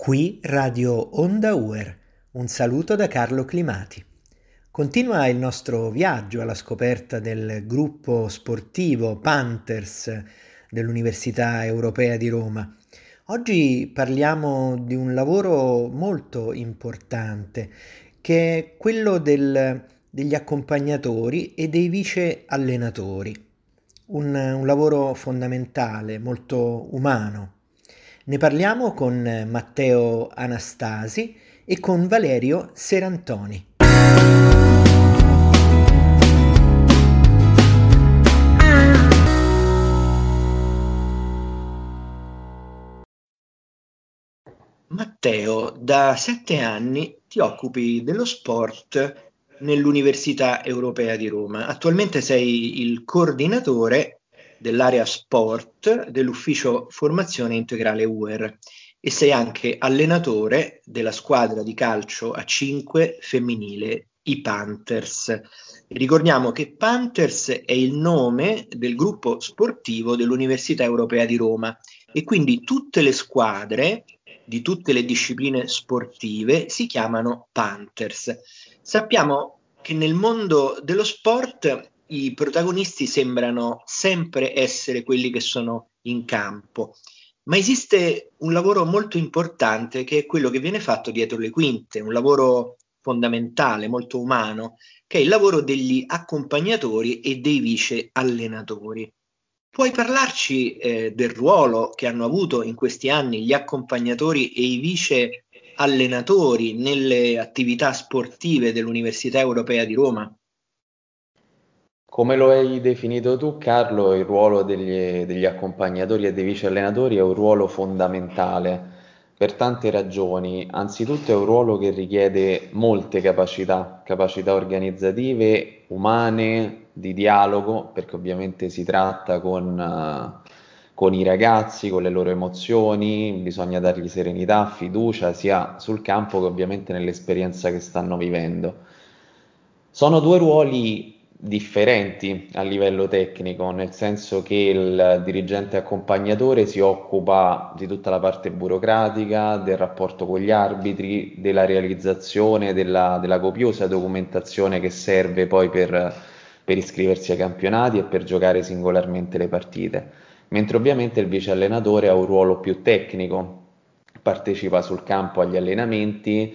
Qui Radio Onda Uer, un saluto da Carlo Climati. Continua il nostro viaggio alla scoperta del gruppo sportivo Panthers dell'Università Europea di Roma. Oggi parliamo di un lavoro molto importante, che è quello degli accompagnatori e dei vice allenatori. Un lavoro fondamentale, molto umano. Ne parliamo con Matteo Anastasi e con Valerio Serantoni. Matteo, da 7 anni ti occupi dello sport nell'Università Europea di Roma. Attualmente sei il coordinatore dell'area sport dell'ufficio formazione integrale UER e sei anche allenatore della squadra di calcio a 5 femminile, i Panthers. Ricordiamo che Panthers è il nome del gruppo sportivo dell'Università Europea di Roma e quindi tutte le squadre di tutte le discipline sportive si chiamano Panthers. Sappiamo che nel mondo dello sport i protagonisti sembrano sempre essere quelli che sono in campo, ma esiste un lavoro molto importante che è quello che viene fatto dietro le quinte, un lavoro fondamentale, molto umano, che è il lavoro degli accompagnatori e dei vice allenatori. Puoi parlarci del ruolo che hanno avuto in questi anni gli accompagnatori e i vice allenatori nelle attività sportive dell'Università Europea di Roma? Come lo hai definito tu, Carlo, il ruolo degli accompagnatori e dei vice allenatori è un ruolo fondamentale per tante ragioni. Anzitutto è un ruolo che richiede molte capacità organizzative, umane, di dialogo, perché ovviamente si tratta con i ragazzi, con le loro emozioni, bisogna dargli serenità, fiducia, sia sul campo che ovviamente nell'esperienza che stanno vivendo. Sono due ruoli differenti a livello tecnico, nel senso che il dirigente accompagnatore si occupa di tutta la parte burocratica, del rapporto con gli arbitri, della realizzazione della copiosa documentazione che serve poi per iscriversi ai campionati e per giocare singolarmente le partite. Mentre ovviamente il vice allenatore ha un ruolo più tecnico, partecipa sul campo agli allenamenti,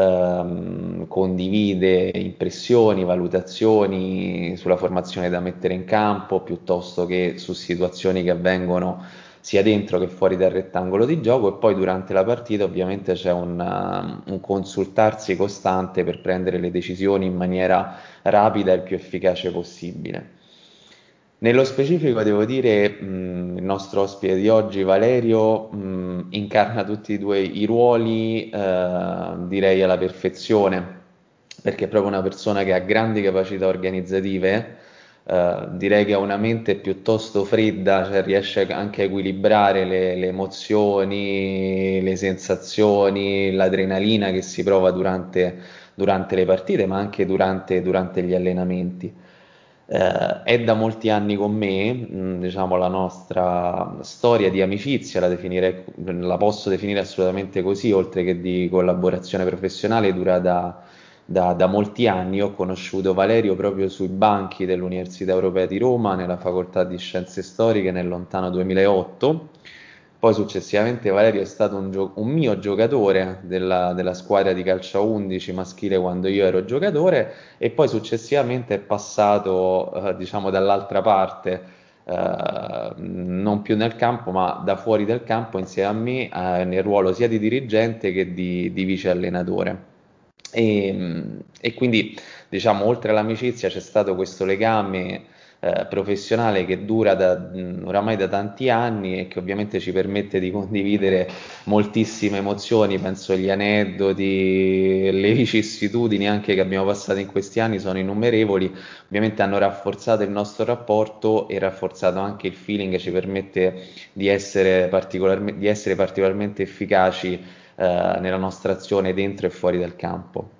condivide impressioni, valutazioni sulla formazione da mettere in campo, piuttosto che su situazioni che avvengono sia dentro che fuori dal rettangolo di gioco, e poi durante la partita ovviamente c'è un consultarsi costante per prendere le decisioni in maniera rapida e il più efficace possibile. Nello specifico devo dire, il nostro ospite di oggi, Valerio, incarna tutti e due i ruoli, direi alla perfezione, perché è proprio una persona che ha grandi capacità organizzative, direi che ha una mente piuttosto fredda, cioè riesce anche a equilibrare le emozioni, le sensazioni, l'adrenalina che si prova durante le partite, ma anche durante gli allenamenti. È da molti anni con me, diciamo la nostra storia di amicizia, la posso definire assolutamente così, oltre che di collaborazione professionale, dura da molti anni. Ho conosciuto Valerio proprio sui banchi dell'Università Europea di Roma, nella facoltà di Scienze Storiche nel lontano 2008. Poi successivamente Valerio è stato un mio giocatore della squadra di calcio a 11 maschile quando io ero giocatore, e poi successivamente è passato, diciamo, dall'altra parte, non più nel campo, ma da fuori del campo insieme a me, nel ruolo sia di dirigente che di vice allenatore. E quindi, diciamo, oltre all'amicizia c'è stato questo legame professionale che dura oramai da tanti anni e che ovviamente ci permette di condividere moltissime emozioni. Penso gli aneddoti, le vicissitudini anche che abbiamo passato in questi anni sono innumerevoli, ovviamente hanno rafforzato il nostro rapporto e rafforzato anche il feeling che ci permette di essere particolarmente efficaci nella nostra azione dentro e fuori dal campo.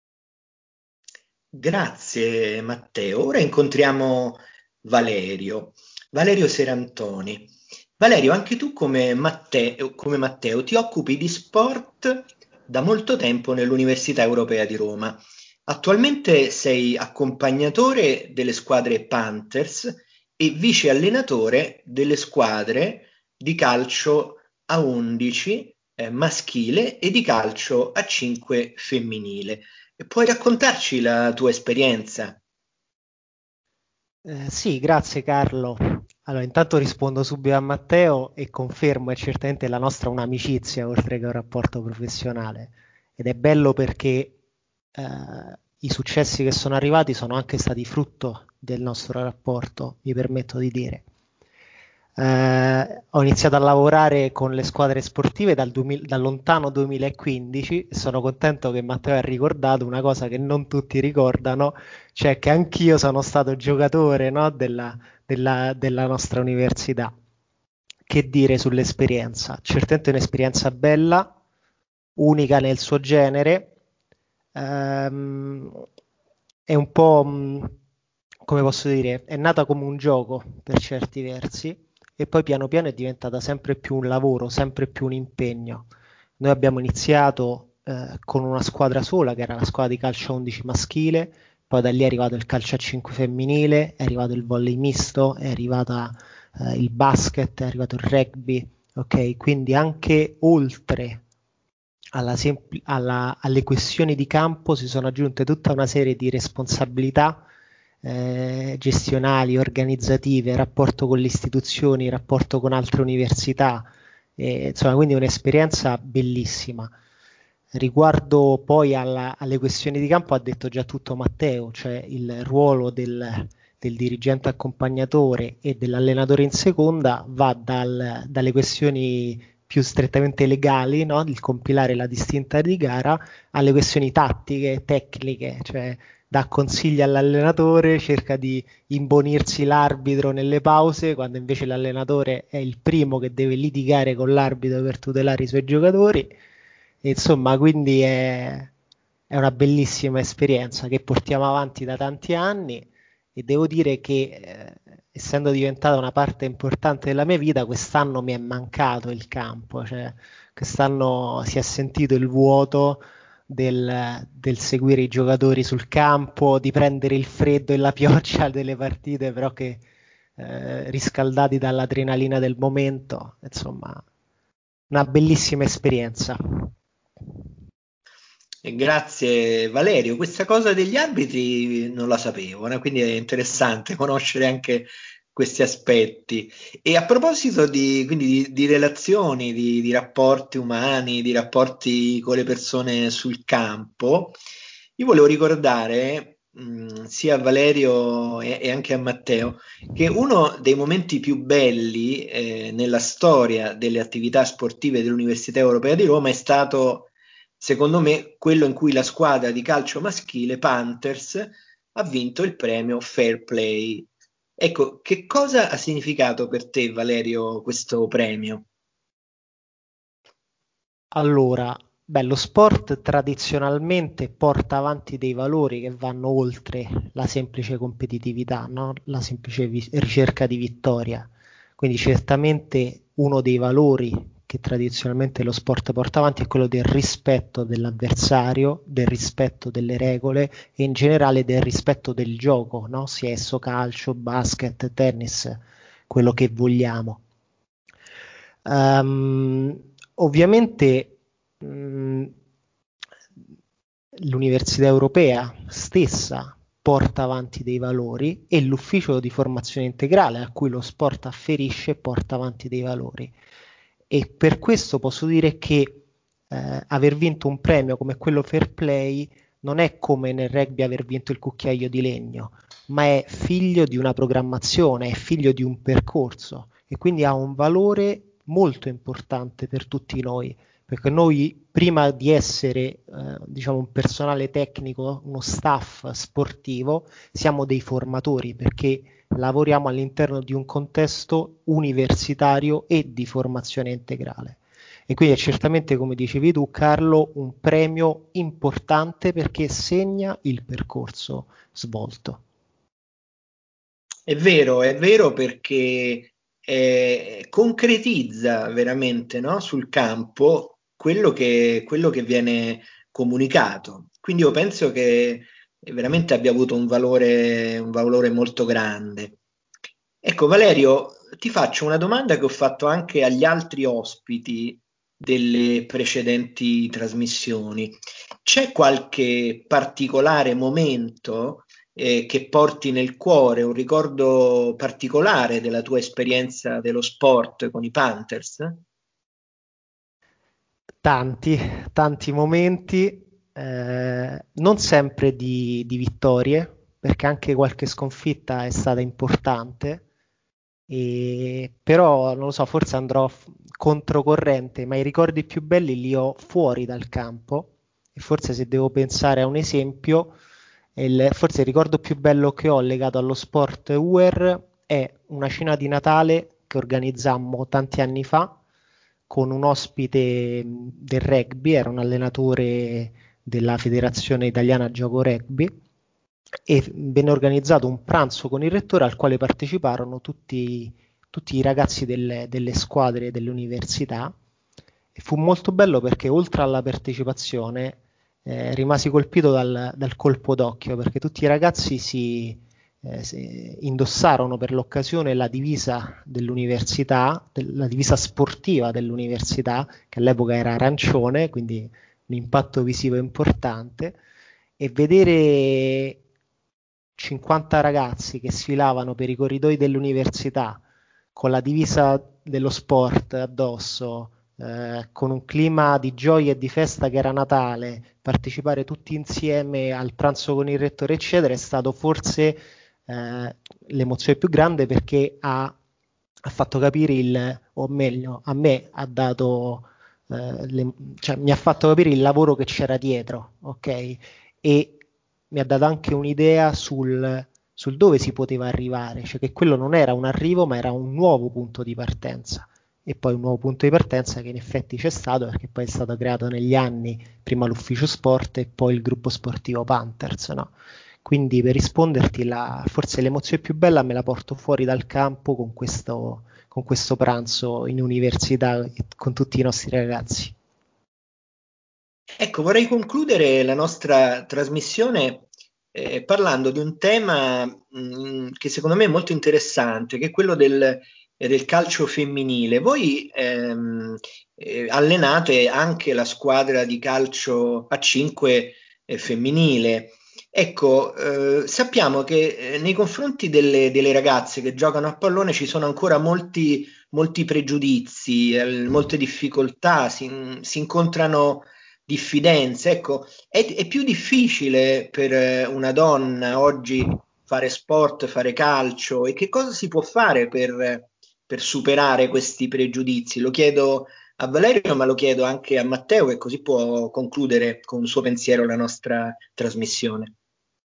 Grazie Matteo. Ora incontriamo Valerio Serantoni. Valerio, anche tu come Matteo ti occupi di sport da molto tempo nell'Università Europea di Roma. Attualmente sei accompagnatore delle squadre Panthers e vice allenatore delle squadre di calcio a 11 maschile e di calcio a 5 femminile. E puoi raccontarci la tua esperienza? Sì, grazie Carlo. Allora, intanto rispondo subito a Matteo e confermo è certamente la nostra un'amicizia oltre che un rapporto professionale. Ed è bello perché i successi che sono arrivati sono anche stati frutto del nostro rapporto, mi permetto di dire. Ho iniziato a lavorare con le squadre sportive dal lontano 2015 e sono contento che Matteo ha ricordato una cosa che non tutti ricordano, cioè che anch'io sono stato giocatore, no, della nostra università. Che dire sull'esperienza? Certamente un'esperienza bella, unica nel suo genere, è un po', come posso dire, è nata come un gioco per certi versi e poi piano piano è diventata sempre più un lavoro, sempre più un impegno. Noi abbiamo iniziato con una squadra sola, che era la squadra di calcio a 11 maschile, poi da lì è arrivato il calcio a 5 femminile, è arrivato il volley misto, è arrivata il basket, è arrivato il rugby, ok? Quindi anche oltre alle questioni di campo si sono aggiunte tutta una serie di responsabilità gestionali, organizzative, rapporto con le istituzioni, rapporto con altre università, insomma, quindi un'esperienza bellissima. Riguardo poi alle questioni di campo ha detto già tutto Matteo, cioè il ruolo del dirigente accompagnatore e dell'allenatore in seconda va dalle questioni più strettamente legali, no? Il compilare la distinta di gara, alle questioni tattiche, tecniche, cioè dà consigli all'allenatore, cerca di imbonirsi l'arbitro nelle pause, quando invece l'allenatore è il primo che deve litigare con l'arbitro per tutelare i suoi giocatori. E insomma, quindi è una bellissima esperienza che portiamo avanti da tanti anni e devo dire che essendo diventata una parte importante della mia vita, quest'anno mi è mancato il campo, cioè quest'anno si è sentito il vuoto del seguire i giocatori sul campo, di prendere il freddo e la pioggia delle partite, però che riscaldati dall'adrenalina del momento, insomma, una bellissima esperienza. Grazie Valerio, questa cosa degli arbitri non la sapevo, né? Quindi è interessante conoscere anche questi aspetti. E a proposito di relazioni, di rapporti umani, di rapporti con le persone sul campo, io volevo ricordare sia a Valerio e anche a Matteo che uno dei momenti più belli nella storia delle attività sportive dell'Università Europea di Roma è stato, secondo me, quello in cui la squadra di calcio maschile Panthers ha vinto il premio Fair Play. Ecco, che cosa ha significato per te, Valerio, questo premio? Allora, lo sport tradizionalmente porta avanti dei valori che vanno oltre la semplice competitività, no? La semplice ricerca di vittoria. Quindi certamente uno dei valori che tradizionalmente lo sport porta avanti è quello del rispetto dell'avversario, del rispetto delle regole e in generale del rispetto del gioco, no? Sia esso calcio, basket, tennis, quello che vogliamo. Ovviamente l'Università Europea stessa porta avanti dei valori e l'ufficio di formazione integrale a cui lo sport afferisce porta avanti dei valori. E per questo posso dire che aver vinto un premio come quello Fair Play non è come nel rugby aver vinto il cucchiaio di legno, ma è figlio di una programmazione, è figlio di un percorso e quindi ha un valore molto importante per tutti noi, perché noi prima di essere diciamo un personale tecnico, uno staff sportivo, siamo dei formatori perché lavoriamo all'interno di un contesto universitario e di formazione integrale. E quindi è certamente, come dicevi tu, Carlo, un premio importante perché segna il percorso svolto. È vero perché concretizza veramente, no, sul campo quello che viene comunicato. Quindi io penso che veramente abbia avuto un valore molto grande. Ecco, Valerio, ti faccio una domanda che ho fatto anche agli altri ospiti delle precedenti trasmissioni. C'è qualche particolare momento che porti nel cuore, un ricordo particolare della tua esperienza dello sport con i Panthers? Tanti momenti, non sempre di vittorie, perché anche qualche sconfitta è stata importante, però non lo so, forse andrò controcorrente, ma i ricordi più belli li ho fuori dal campo, e forse se devo pensare a un esempio, forse il ricordo più bello che ho legato allo sport UER è una cena di Natale che organizzammo tanti anni fa con un ospite del rugby, era un allenatore della Federazione Italiana Gioco Rugby, e venne organizzato un pranzo con il rettore al quale parteciparono tutti i ragazzi delle squadre dell'università, e fu molto bello perché oltre alla partecipazione rimasi colpito dal colpo d'occhio, perché tutti i ragazzi si indossarono per l'occasione la divisa dell'università, la divisa sportiva dell'università, che all'epoca era arancione, quindi un impatto visivo importante, e vedere 50 ragazzi che sfilavano per i corridoi dell'università con la divisa dello sport addosso, con un clima di gioia e di festa che era Natale, partecipare tutti insieme al pranzo con il rettore, eccetera, è stato forse l'emozione più grande, perché ha fatto capire o meglio, a me ha dato, cioè, mi ha fatto capire il lavoro che c'era dietro, ok? E mi ha dato anche un'idea sul dove si poteva arrivare, cioè che quello non era un arrivo, ma era un nuovo punto di partenza. E poi un nuovo punto di partenza che in effetti c'è stato, perché poi è stato creato negli anni prima l'ufficio sport e poi il gruppo sportivo Panthers, no? Quindi per risponderti, forse l'emozione più bella me la porto fuori dal campo con questo pranzo in università con tutti i nostri ragazzi. Ecco, vorrei concludere la nostra trasmissione parlando di un tema che secondo me è molto interessante, che è quello del calcio femminile. Voi allenate anche la squadra di calcio a 5 femminile. Ecco, sappiamo che nei confronti delle ragazze che giocano a pallone ci sono ancora molti pregiudizi, molte difficoltà, si incontrano diffidenze. Ecco, è più difficile per una donna oggi fare sport, fare calcio, e che cosa si può fare per superare questi pregiudizi? Lo chiedo a Valerio, ma lo chiedo anche a Matteo, che così può concludere con un suo pensiero la nostra trasmissione.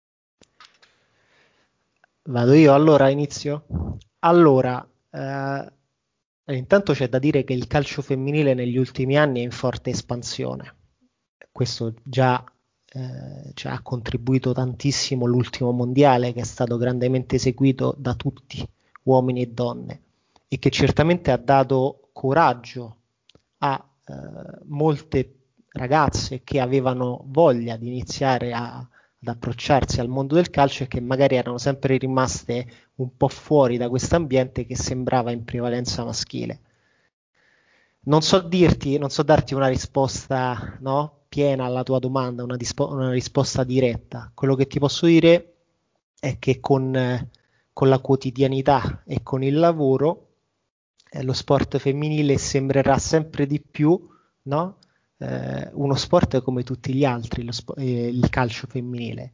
Vado io, allora inizio? Allora, intanto c'è da dire che il calcio femminile negli ultimi anni è in forte espansione. Questo già cioè, ha contribuito tantissimo l'ultimo mondiale, che è stato grandemente seguito da tutti, uomini e donne, e che certamente ha dato coraggio a molte ragazze che avevano voglia di iniziare ad approcciarsi al mondo del calcio e che magari erano sempre rimaste un po' fuori da questo ambiente che sembrava in prevalenza maschile. Non so darti una risposta, no, piena alla tua domanda, una risposta diretta. Quello che ti posso dire è che con la quotidianità e con il lavoro lo sport femminile sembrerà sempre di più, no? Uno sport come tutti gli altri, il calcio femminile.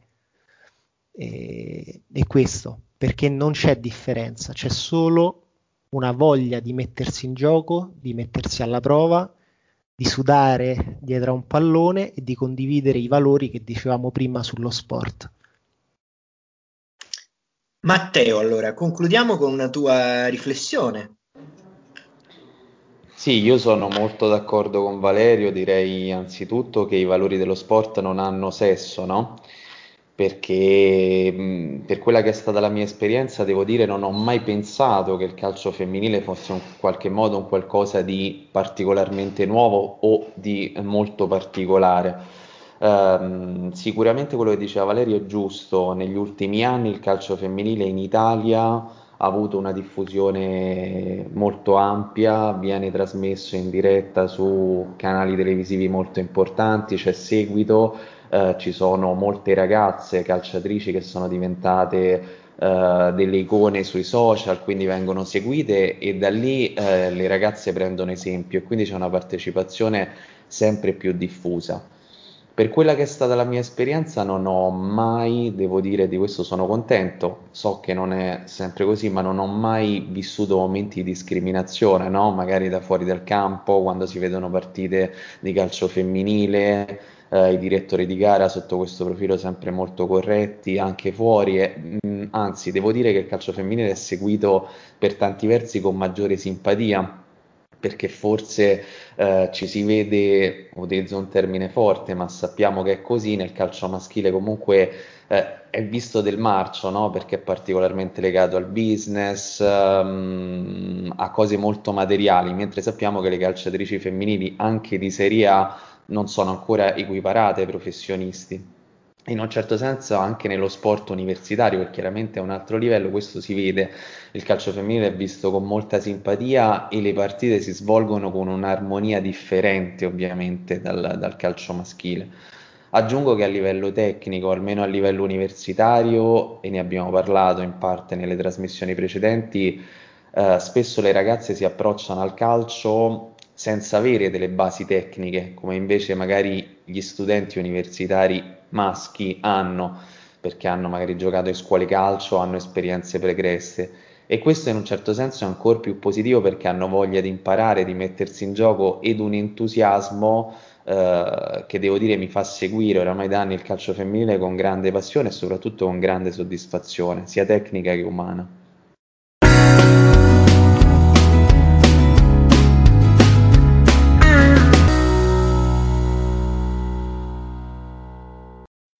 E questo, perché non c'è differenza, c'è solo una voglia di mettersi in gioco, di mettersi alla prova, di sudare dietro a un pallone e di condividere i valori che dicevamo prima sullo sport. Matteo, allora, concludiamo con una tua riflessione. Sì, io sono molto d'accordo con Valerio, direi anzitutto che i valori dello sport non hanno sesso, no? perché per quella che è stata la mia esperienza, devo dire, non ho mai pensato che il calcio femminile fosse in qualche modo un qualcosa di particolarmente nuovo o di molto particolare. Sicuramente quello che diceva Valerio è giusto, negli ultimi anni il calcio femminile in Italia ha avuto una diffusione molto ampia, viene trasmesso in diretta su canali televisivi molto importanti, c'è seguito, ci sono molte ragazze calciatrici che sono diventate delle icone sui social, quindi vengono seguite e da lì le ragazze prendono esempio e quindi c'è una partecipazione sempre più diffusa. Per quella che è stata la mia esperienza non ho mai, devo dire, di questo sono contento, so che non è sempre così, ma non ho mai vissuto momenti di discriminazione, no? Magari da fuori dal campo, quando si vedono partite di calcio femminile, i direttori di gara sotto questo profilo sempre molto corretti, anche fuori, e, anzi, devo dire che il calcio femminile è seguito per tanti versi con maggiore simpatia, perché forse ci si vede, utilizzo un termine forte, ma sappiamo che è così, nel calcio maschile comunque è visto del marcio, no? Perché è particolarmente legato al business, a cose molto materiali, mentre sappiamo che le calciatrici femminili anche di Serie A non sono ancora equiparate ai professionisti. In un certo senso anche nello sport universitario, che chiaramente è un altro livello, questo si vede, il calcio femminile è visto con molta simpatia e le partite si svolgono con un'armonia differente ovviamente dal calcio maschile. Aggiungo che a livello tecnico, almeno a livello universitario, e ne abbiamo parlato in parte nelle trasmissioni precedenti, spesso le ragazze si approcciano al calcio senza avere delle basi tecniche, come invece magari gli studenti universitari maschi hanno, perché hanno magari giocato in scuole calcio, hanno esperienze pregresse. E questo in un certo senso è ancora più positivo perché hanno voglia di imparare, di mettersi in gioco ed un entusiasmo che devo dire mi fa seguire oramai da anni il calcio femminile con grande passione e soprattutto con grande soddisfazione, sia tecnica che umana.